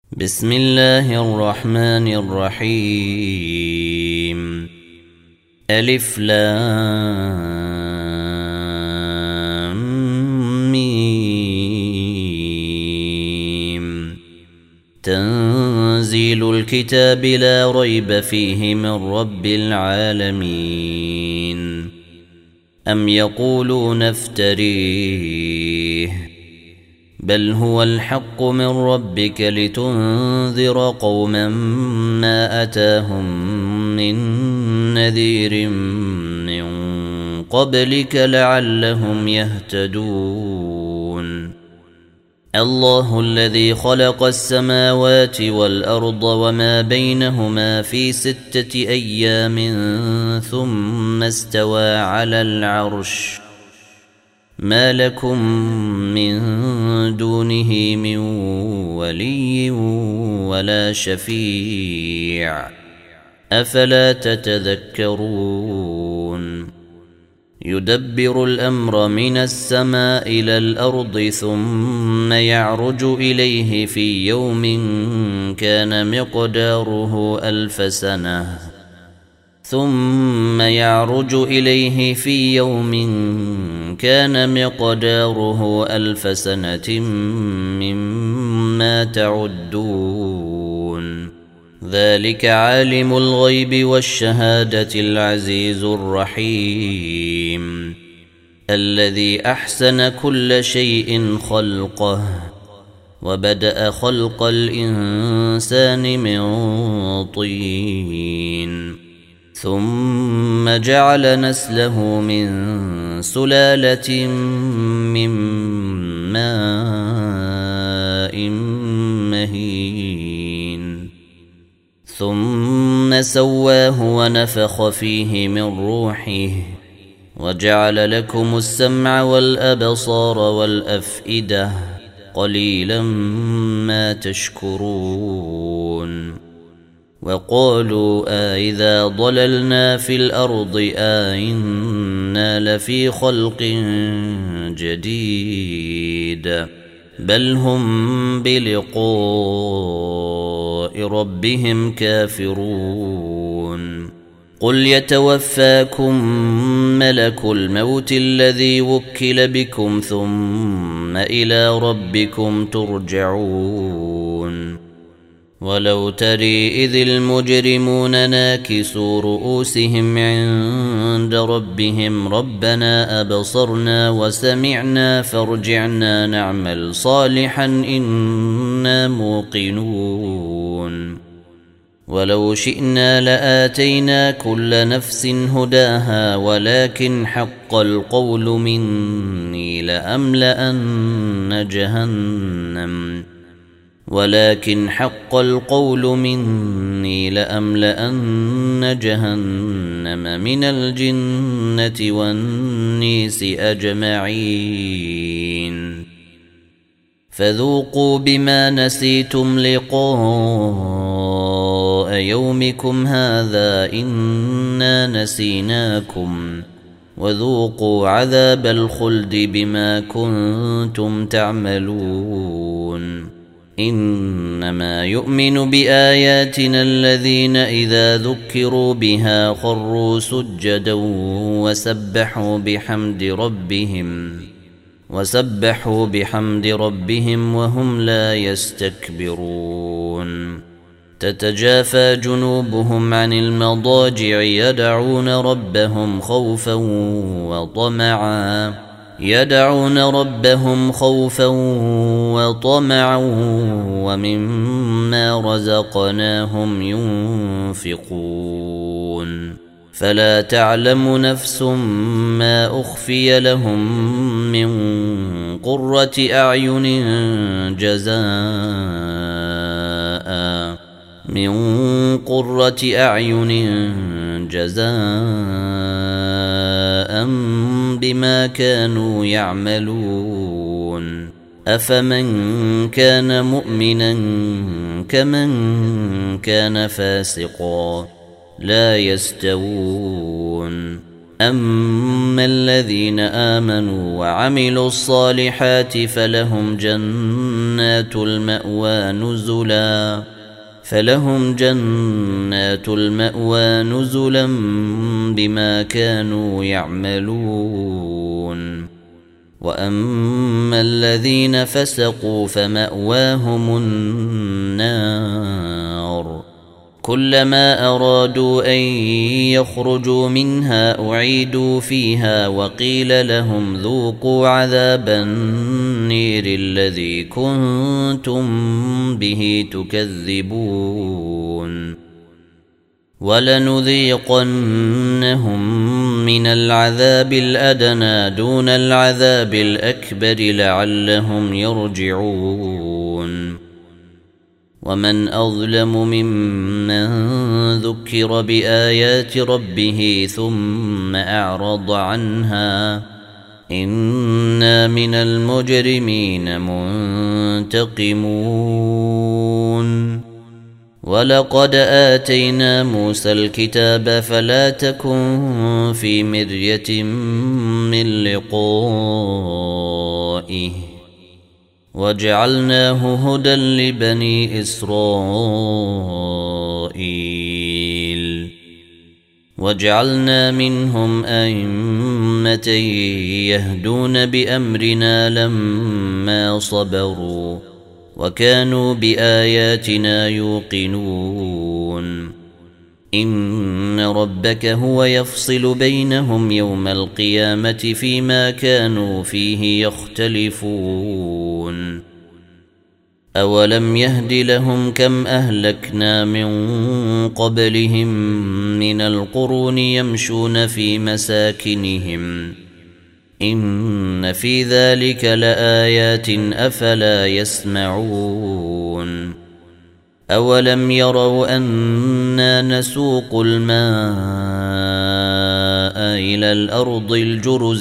بسم الله الرحمن الرحيم. ألف لام ميم. تنزيل الكتاب لا ريب فيه من رب العالمين. أم يقولون افتريه بل هو الحق من ربك لتنذر قوما ما أتاهم من نذير من قبلك لعلهم يهتدون. الله الذي خلق السماوات والأرض وما بينهما في 6 أيام ثم استوى على العرش. ما لكم من دونه من ولي ولا شفيع أفلا تتذكرون. يدبر الأمر من السماء إلى الأرض ثم يعرج إليه في يوم كان مقداره 1000 سنة ثم يعرج إليه في يوم كان مقداره 1000 سنة مما تعدون. ذلك عالم الغيب والشهادة العزيز الرحيم الذي أحسن كل شيء خلقه وبدأ خلق الإنسان من طين ثم جعل نسله من سلالة من ماء مهين ثم سواه ونفخ فيه من روحه وجعل لكم السمع والأبصار والأفئدة قليلا ما تشكرون. وقالوا أإذا ضللنا في الأرض أإنا لفي خلق جديد بل هم بلقاء ربهم كافرون. قل يتوفاكم ملك الموت الذي وكل بكم ثم إلى ربكم ترجعون. ولو تري إذ المجرمون ناكسوا رؤوسهم عند ربهم ربنا أبصرنا وسمعنا فارجعنا نعمل صالحا إنا موقنون. ولو شئنا لآتينا كل نفس هداها ولكن حق القول مني لأملأن جهنم من الجنة والنيس أجمعين. فذوقوا بما نسيتم لقاء يومكم هذا إنا نسيناكم وذوقوا عذاب الخلد بما كنتم تعملون. إنما يؤمن بآياتنا الذين إذا ذكروا بها خروا سجدا وسبحوا بحمد ربهم وهم لا يستكبرون. تتجافى جنوبهم عن المضاجع يدعون ربهم خوفا وطمعا ومما رزقناهم ينفقون. فلا تعلم نفس ما أخفي لهم من قرة أعين جزاء بما كانوا يعملون. أفمن كان مؤمنا كمن كان فاسقا لا يستوون. أما الذين آمنوا وعملوا الصالحات فلهم جنات جنات المأوى نزلا بما كانوا يعملون. وأما الذين فسقوا فمأواهم النار كلما أرادوا أن يخرجوا منها أعيدوا فيها وقيل لهم ذوقوا عذاب النير الذي كنتم به تكذبون. ولنذيقنهم من العذاب الأدنى دون العذاب الأكبر لعلهم يرجعون. ومن أظلم ممن ذكر بآيات ربه ثم أعرض عنها إنا من المجرمين منتقمون. ولقد آتينا موسى الكتاب فلا تكن في مرية من لقائه وجعلناه هدى لبني إسرائيل وجعلنا منهم أئمة يهدون بأمرنا لما صبروا وكانوا بآياتنا يوقنون. إن ربك هو يفصل بينهم يوم القيامة فيما كانوا فيه يختلفون. أولم يهد لهم كم أهلكنا من قبلهم من القرون يمشون في مساكنهم إن في ذلك لآيات أفلا يسمعون. أولم يروا أنا نسوق الماء إلى الأرض الجرز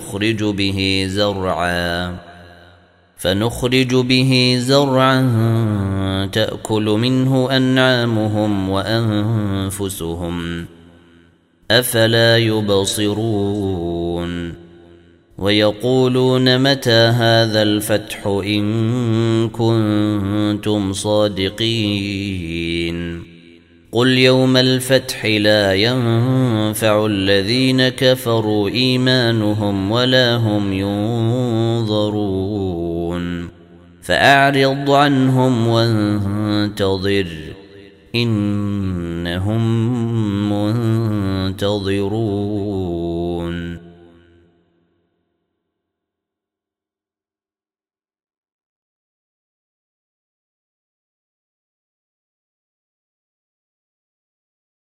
فنخرج به زرعا تأكل منه أنعامهم وأنفسهم أفلا يبصرون. ويقولون متى هذا الفتح إن كنتم صادقين قل يوم الفتح لا ينفع الذين كفروا إيمانهم ولا هم ينظرون. فأعرض عنهم وانتظر إنهم منتظرون.